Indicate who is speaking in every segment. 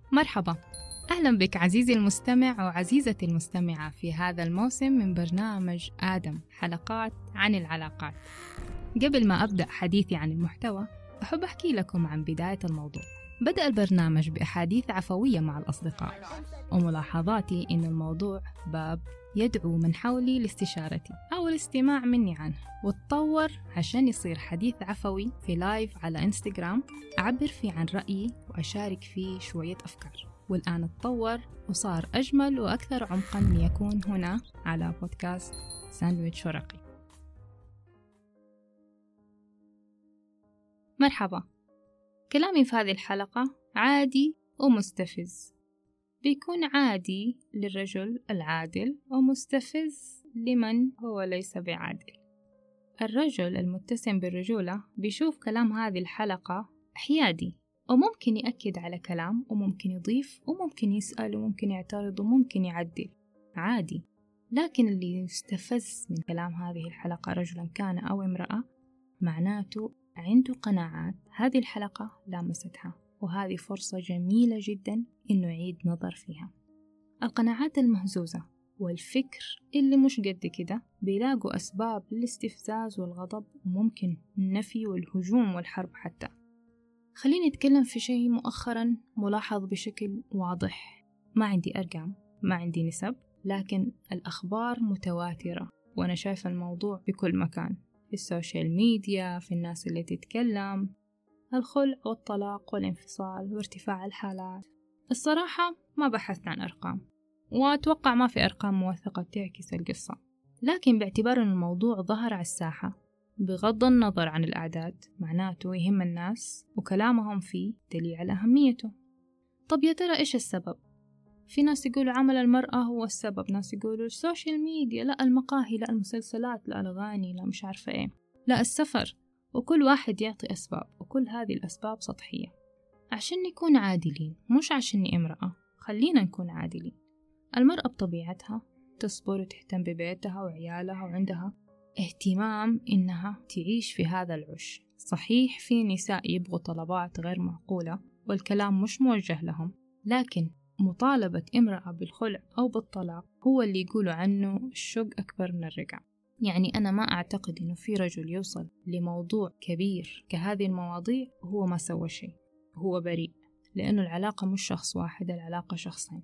Speaker 1: مرحبا، أهلا بك عزيزي المستمع وعزيزتي المستمعة في هذا الموسم من برنامج آدم، حلقات عن العلاقات. قبل ما أبدأ حديثي عن المحتوى أحب أحكي لكم عن بداية الموضوع. بدأ البرنامج بأحاديث عفوية مع الأصدقاء وملاحظاتي إن الموضوع باب يدعو من حولي لاستشارتي أو الاستماع مني عنه، وتطور عشان يصير حديث عفوي في لايف على إنستغرام أعبر فيه عن رأيي وأشارك فيه شوية أفكار. والآن تطور وصار أجمل وأكثر عمقا ليكون هنا على بودكاست ساندويتش ورقي. مرحبا، كلامي في هذه الحلقة عادي ومستفز. بيكون عادي للرجل العادل ومستفز لمن هو ليس بعادل. الرجل المتسم بالرجولة بيشوف كلام هذه الحلقة حيادي، وممكن يأكد على كلام وممكن يضيف وممكن يسأل وممكن يعترض وممكن يعدل عادي. لكن اللي يستفز من كلام هذه الحلقة رجلا كان أو امرأة معناته عنده قناعات هذه الحلقة لامستها، وهذه فرصة جميلة جدا إنه يعيد نظر فيها. القناعات المهزوزة والفكر اللي مش قد كده بيلاقوا أسباب للاستفزاز والغضب وممكن النفي والهجوم والحرب حتى. خليني أتكلم في شيء مؤخرا ملاحظ بشكل واضح. ما عندي أرقام، ما عندي نسب، لكن الأخبار متواترة وأنا شايفة الموضوع بكل مكان، في السوشيال ميديا، في الناس اللي تتكلم، الخلع والطلاق والانفصال وارتفاع الحالات. الصراحة ما بحثت عن أرقام، وأتوقع ما في أرقام موثقة تعكس القصة، لكن باعتبار أن الموضوع ظهر على الساحة بغض النظر عن الأعداد معناته يهم الناس وكلامهم فيه دليل على أهميته. طب يا ترى إيش السبب؟ في ناس يقولوا عمل المرأة هو السبب، ناس يقولوا السوشيال ميديا، لا المقاهي، لا المسلسلات، لا الأغاني، لا مش عارفة إيه، لا السفر، وكل واحد يعطي أسباب، وكل هذه الأسباب سطحية. عشان نكون عادلين، مش عشان امرأة، خلينا نكون عادلين. المرأة بطبيعتها تصبر وتهتم ببيتها وعيالها وعندها اهتمام إنها تعيش في هذا العش. صحيح في نساء يبغوا طلبات غير معقولة والكلام مش موجه لهم، لكن مطالبة امرأة بالخلع أو بالطلاق هو اللي يقولوا عنه الشق أكبر من الرقع. يعني أنا ما أعتقد إنه في رجل يوصل لموضوع كبير كهذه المواضيع وهو ما سوى شيء، هو بريء، لأنه العلاقة مش شخص واحد، العلاقة شخصين.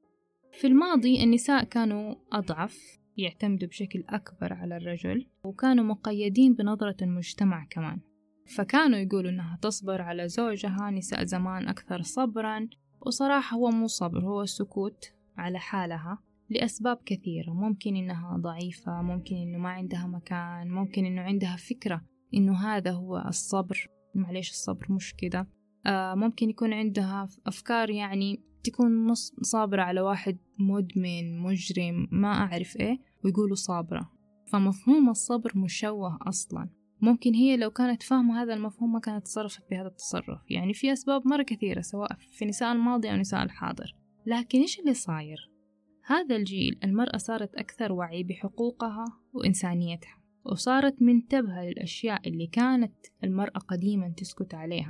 Speaker 1: في الماضي النساء كانوا أضعف، يعتمدوا بشكل أكبر على الرجل، وكانوا مقيدين بنظرة المجتمع كمان، فكانوا يقولوا إنها تصبر على زوجها. نساء زمان أكثر صبرا، وصراحة هو مو صبر، هو السكوت على حالها لأسباب كثيرة. ممكن إنها ضعيفة، ممكن إنه ما عندها مكان، ممكن إنه عندها فكرة إنه هذا هو الصبر، معليش الصبر مش كده. ممكن يكون عندها أفكار، يعني تكون صابرة على واحد مدمن مجرم ما أعرف إيه ويقولوا صابرة، فمفهوم الصبر مشوه أصلا. ممكن هي لو كانت فاهمة هذا المفهوم ما كانت تصرفت بهذا التصرف. يعني في أسباب مرة كثيرة سواء في نساء الماضي أو نساء الحاضر. لكن إيش اللي صاير؟ هذا الجيل المرأة صارت أكثر وعي بحقوقها وإنسانيتها، وصارت منتبهة للأشياء اللي كانت المرأة قديما تسكت عليها،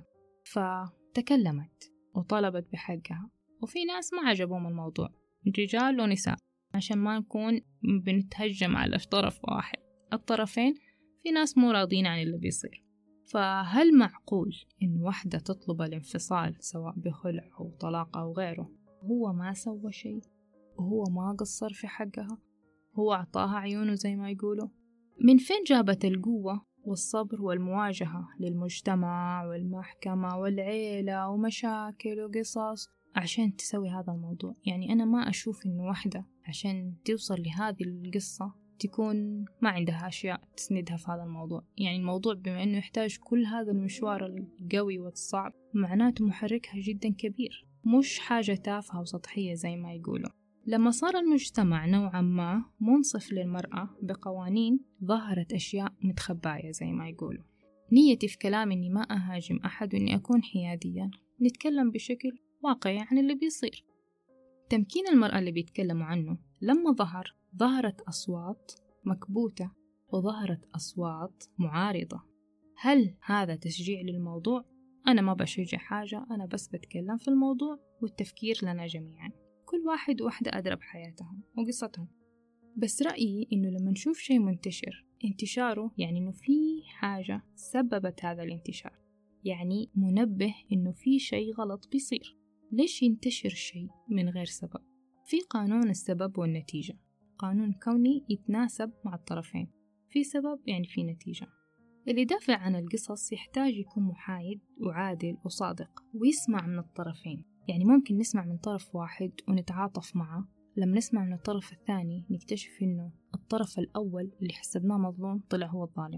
Speaker 1: فتكلمت وطلبت بحقها. وفي ناس ما عجبهم الموضوع، رجال ونساء، عشان ما نكون بنتهجم على طرف واحد، الطرفين في ناس مو راضين عن اللي بيصير. فهل معقول إن واحدة تطلب الانفصال سواء بخلع أو طلاق أو غيره هو ما سوى شيء وهو ما قصر في حقها، هو أعطاها عيونه زي ما يقولوا؟ من فين جابت القوة والصبر والمواجهة للمجتمع والمحكمة والعيلة ومشاكل وقصص عشان تسوي هذا الموضوع؟ يعني أنا ما أشوف إنه واحدة عشان توصل لهذه القصة تكون ما عندها أشياء تسندها في هذا الموضوع. يعني الموضوع بما إنه يحتاج كل هذا المشوار القوي والصعب معناته محركها جدا كبير، مش حاجة تافهة وسطحية زي ما يقولوا. لما صار المجتمع نوعا ما منصف للمرأة بقوانين، ظهرت أشياء متخباية زي ما يقولوا. نيتي في كلامي إني ما أهاجم أحد وإني أكون حيادية، نتكلم بشكل واقعي عن اللي بيصير. تمكين المرأة اللي بيتكلموا عنه لما ظهرت أصوات مكبوتة وظهرت أصوات معارضة. هل هذا تشجيع للموضوع؟ أنا ما بشجع حاجة، أنا بس بتكلم في الموضوع والتفكير لنا جميعا، كل واحد وواحدة أدرى بحياتهم وقصتهم. بس رأيي إنه لما نشوف شيء منتشر، انتشاره يعني إنه في حاجة سببت هذا الانتشار، يعني منبه إنه في شيء غلط بيصير. ليش ينتشر شيء من غير سبب؟ في قانون السبب والنتيجة، قانون كوني يتناسب مع الطرفين، في سبب يعني في نتيجة. اللي يدافع عن القصص يحتاج يكون محايد وعادل وصادق ويسمع من الطرفين. يعني ممكن نسمع من طرف واحد ونتعاطف معه، لما نسمع من الطرف الثاني نكتشف إنه الطرف الأول اللي حسبناه مظلوم طلع هو الظالم.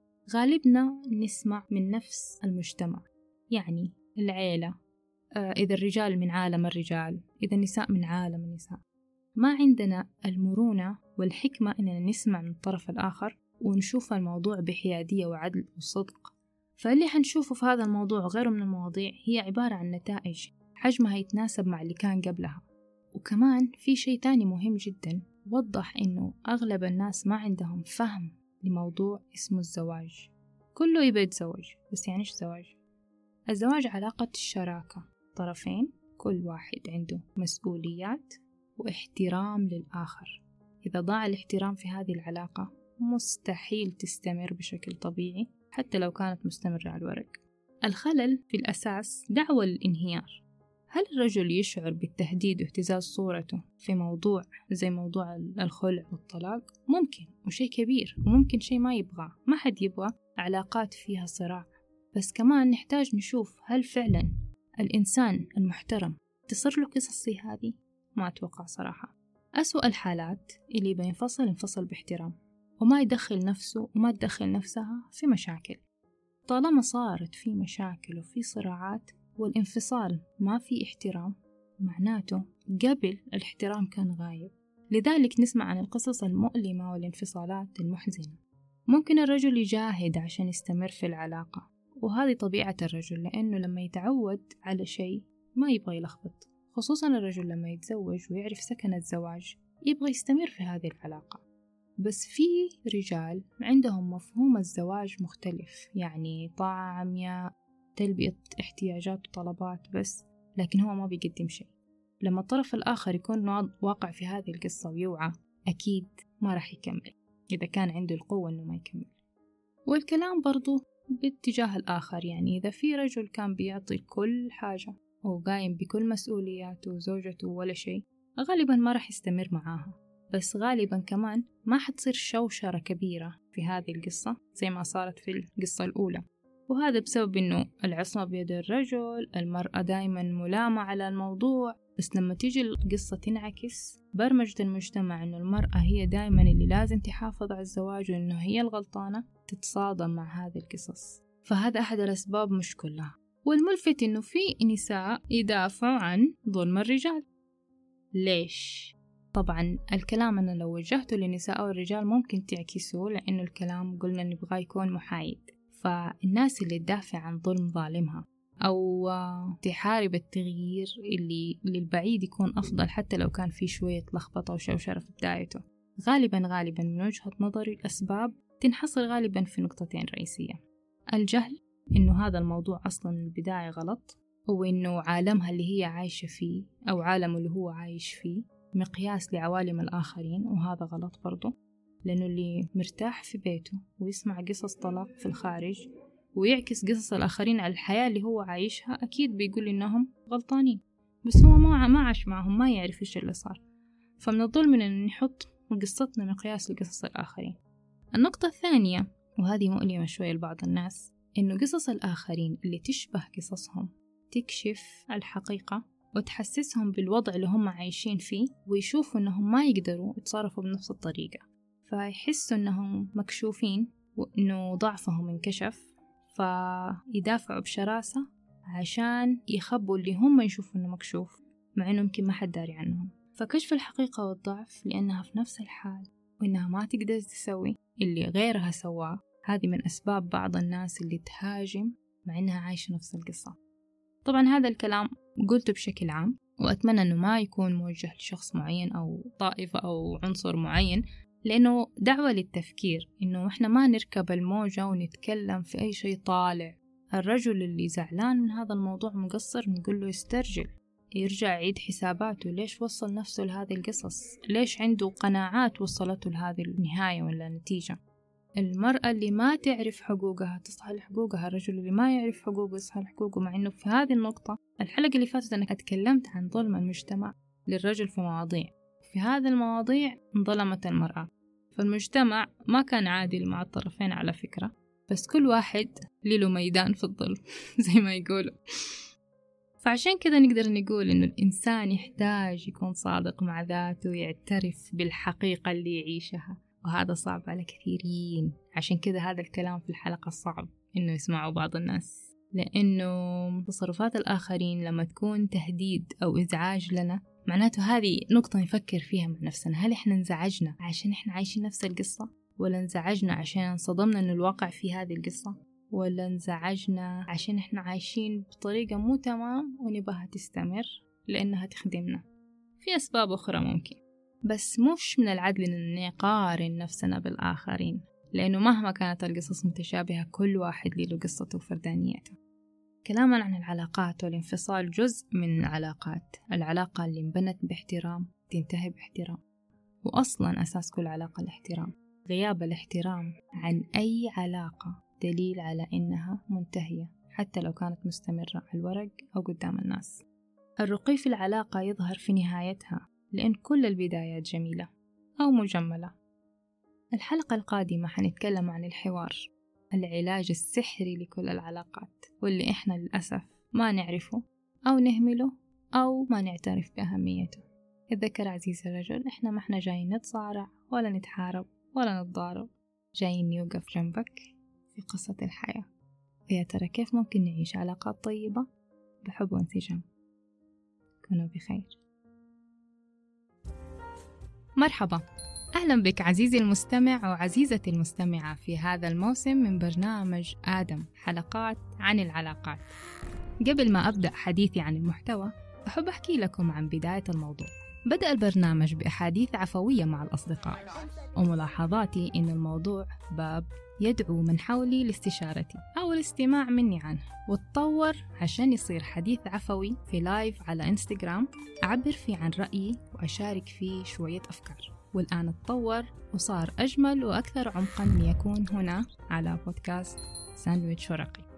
Speaker 1: غالبنا نسمع من نفس المجتمع، يعني العيلة، إذا الرجال من عالم الرجال، إذا النساء من عالم النساء. ما عندنا المرونة والحكمة إننا نسمع من الطرف الآخر ونشوف الموضوع بحيادية وعدل وصدق. فاللي حنشوفه في هذا الموضوع وغيره من المواضيع هي عبارة عن نتائج حجمها يتناسب مع اللي كان قبلها. وكمان في شيء تاني مهم جدا، وضح إنه أغلب الناس ما عندهم فهم لموضوع اسمه الزواج. كله يبي يتزوج، بس يعني إيش زواج؟ الزواج علاقة الشراكة، طرفين كل واحد عنده مسؤوليات واحترام للآخر. إذا ضاع الاحترام في هذه العلاقة مستحيل تستمر بشكل طبيعي حتى لو كانت مستمرة على الورق. الخلل في الأساس دعوى الانهيار. هل الرجل يشعر بالتهديد واهتزاز صورته في موضوع زي موضوع الخلع والطلاق؟ ممكن، وشيء كبير، وممكن شيء ما يبغاه. ما حد يبغى علاقات فيها صراع، بس كمان نحتاج نشوف هل فعلا الإنسان المحترم تصير له قصصي هذه؟ ما أتوقع صراحة. أسوأ الحالات اللي ينفصل باحترام وما يدخل نفسه وما تدخل نفسها في مشاكل. طالما صارت في مشاكل وفي صراعات والانفصال ما في احترام، معناته قبل الاحترام كان غايب. لذلك نسمع عن القصص المؤلمة والانفصالات المحزنة. ممكن الرجل يجاهد عشان يستمر في العلاقة، وهذه طبيعة الرجل، لأنه لما يتعود على شيء ما يبغى يلخبط. خصوصا الرجل لما يتزوج ويعرف سكن الزواج يبغى يستمر في هذه العلاقة. بس في رجال عندهم مفهوم الزواج مختلف، يعني طاعة عمياء، تلبية احتياجات وطلبات بس، لكن هو ما بيقدم شيء. لما الطرف الآخر يكون واقع في هذه القصة ويوعى، أكيد ما راح يكمل إذا كان عنده القوة إنه ما يكمل. والكلام برضو باتجاه الآخر، يعني إذا في رجل كان بيعطي كل حاجة وقايم بكل مسؤولياته وزوجته ولا شيء، غالبا ما راح يستمر معاها. بس غالبا كمان ما حتصير شوشرة كبيرة في هذه القصة زي ما صارت في القصة الأولى، وهذا بسبب إنه العصمة بيد الرجل، المرأة دايما ملامة على الموضوع. بس لما تيجي القصة تنعكس برمجة المجتمع إنه المرأة هي دايما اللي لازم تحافظ على الزواج وإنه هي الغلطانة، تتصادم مع هذه القصص. فهذا أحد الأسباب مش كلها. والملفت إنه في نساء يدافعوا عن ظلم الرجال. ليش؟ طبعا الكلام أنا لو وجهته للنساء أو الرجال ممكن تعكسه، لأنه الكلام قلنا نبغى يكون محايد. فالناس اللي تدافع عن ظلم ظالمها أو تحارب التغيير اللي للبعيد يكون أفضل حتى لو كان في شوية لخبطة وشوشرة في بدايته، غالبا من وجهة نظري الأسباب تنحصر غالبا في نقطتين رئيسية. الجهل، إنه هذا الموضوع أصلا البداية غلط، وإنه عالمها اللي هي عايشة فيه أو عالمه اللي هو عايش فيه مقياس لعوالم الآخرين، وهذا غلط برضو، لأنه اللي مرتاح في بيته ويسمع قصص طلاق في الخارج ويعكس قصص الآخرين على الحياة اللي هو عايشها أكيد بيقول إنهم غلطانين، بس هو ما عاش معهم، ما يعرف إيش اللي صار. فمن الظلم إن نحط قصتنا مقياس لقصص الآخرين. النقطة الثانية، وهذه مؤلمة شوية لبعض الناس، إنه قصص الآخرين اللي تشبه قصصهم تكشف الحقيقة وتحسسهم بالوضع اللي هم عايشين فيه، ويشوفوا إنهم ما يقدروا يتصرفوا بنفس الطريقة، فيحسوا إنهم مكشوفين وإنه ضعفهم انكشف، فيدافعوا بشراسة عشان يخبوا اللي هم يشوفوا إنه مكشوف مع إنه يمكن ما حد داري عنهم. فكشف الحقيقة والضعف لأنها في نفس الحال وإنها ما تقدر تسوي اللي غيرها سواه، هذه من أسباب بعض الناس اللي تهاجم مع إنها عايشة نفس القصة. طبعا هذا الكلام قلته بشكل عام، وأتمنى أنه ما يكون موجه لشخص معين أو طائفة أو عنصر معين، لأنه دعوة للتفكير إنه إحنا ما نركب الموجة ونتكلم في أي شيء طالع الرجل اللي زعلان من هذا الموضوع مقصر نقول له يسترجل، يرجع يعيد حساباته، ليش وصل نفسه لهذه القصص، ليش عنده قناعات وصلته لهذه النهاية ولا النتيجة. المرأة اللي ما تعرف حقوقها تصحى لحقوقها، الرجل اللي ما يعرف حقوقه يصحى لحقوقه. مع انه في هذه النقطة الحلقة اللي فاتت انا اتكلمت عن ظلم المجتمع للرجل في مواضيع، في هذه المواضيع انظلمت المرأة. فالمجتمع ما كان عادل مع الطرفين على فكرة، بس كل واحد له ميدان في الظلم زي ما يقولوا. فعشان كذا نقدر نقول إنه الإنسان يحتاج يكون صادق مع ذاته ويعترف بالحقيقة اللي يعيشها، وهذا صعب على كثيرين. عشان كذا هذا الكلام في الحلقة صعب إنه يسمعوا بعض الناس، لأنه تصرفات الآخرين لما تكون تهديد أو إزعاج لنا معناته هذه نقطة نفكر فيها مع نفسنا. هل إحنا انزعجنا عشان إحنا عايشين نفس القصة، ولا انزعجنا عشان انصدمنا إنه الواقع في هذه القصة، ولا انزعجنا عشان إحنا عايشين بطريقة مو تمام ونباها تستمر لأنها تخدمنا. في أسباب أخرى ممكن، بس مش من العدل إن نقارن نفسنا بالآخرين، لأنه مهما كانت القصص متشابهة كل واحد له قصته وفردانيته. كلاما عن العلاقات والانفصال جزء من العلاقات. العلاقة اللي انبنت باحترام تنتهي باحترام، وأصلا أساس كل علاقة الاحترام. غياب الاحترام عن أي علاقة دليل على إنها منتهية، حتى لو كانت مستمرة على الورق أو قدام الناس. الرقي في العلاقة يظهر في نهايتها، لأن كل البدايات جميلة أو مجملة. الحلقة القادمة حنتكلم عن الحوار، العلاج السحري لكل العلاقات، واللي إحنا للأسف ما نعرفه أو نهمله أو ما نعترف بأهميته. اتذكر عزيزي الرجل، إحنا ما إحنا جايين نتصارع ولا نتحارب ولا نتضارب، جايين نوقف جنبك في قصة الحياة. يا ترى كيف ممكن نعيش علاقات طيبة بحب وانسجام؟ كونوا بخير. مرحبا، أهلا بك عزيزي المستمع وعزيزتي المستمعة في هذا الموسم من برنامج آدم، حلقات عن العلاقات. قبل ما أبدأ حديثي عن المحتوى أحب أحكي لكم عن بداية الموضوع. بدأ البرنامج بأحاديث عفوية مع الأصدقاء، وملاحظاتي إن الموضوع باب يدعو من حولي لاستشارتي أو الاستماع مني عنه، وتطور عشان يصير حديث عفوي في لايف على إنستغرام أعبر فيه عن رأيي وأشارك فيه شوية أفكار. والآن تطور وصار أجمل وأكثر عمقا ليكون هنا على بودكاست ساندويتش ورقي.